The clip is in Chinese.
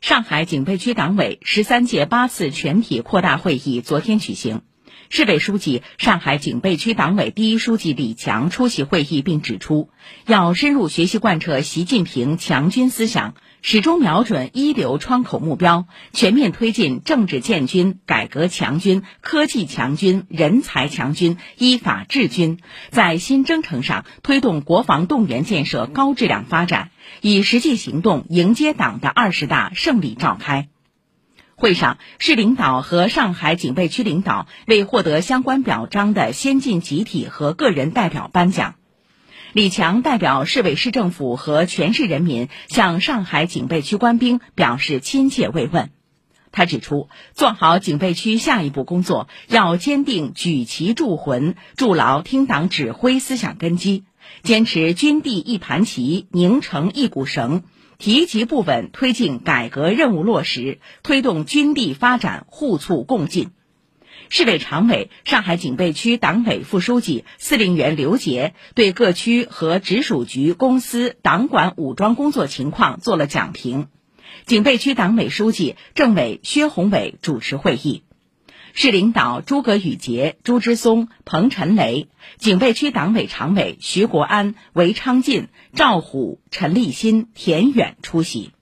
上海警备区党委13届8次全体扩大会议昨天举行。市委书记、上海警备区党委第一书记李强出席会议并指出，要深入学习贯彻习近平强军思想，始终瞄准一流窗口目标，全面推进政治建军、改革强军、科技强军、人才强军、依法治军，在新征程上推动国防动员建设高质量发展，以实际行动迎接党的20大胜利召开。会上，市领导和上海警备区领导为获得相关表彰的先进集体和个人代表颁奖。李强代表市委市政府和全市人民向上海警备区官兵表示亲切慰问。他指出，做好警备区下一步工作，要坚定举旗铸魂，筑牢听党指挥思想根基，坚持军地一盘棋，拧成一股绳，提及不稳推进改革任务落实，推动军地发展互促共进。市委常委、上海警备区党委副书记、司令员刘杰对各区和直属局、公司、党管武装工作情况做了讲评。警备区党委书记、政委薛宏伟主持会议。市领导诸葛宇杰、朱之松、彭晨雷，警备区党委常委徐国安、韦昌进、赵虎、陈立新、田远出席。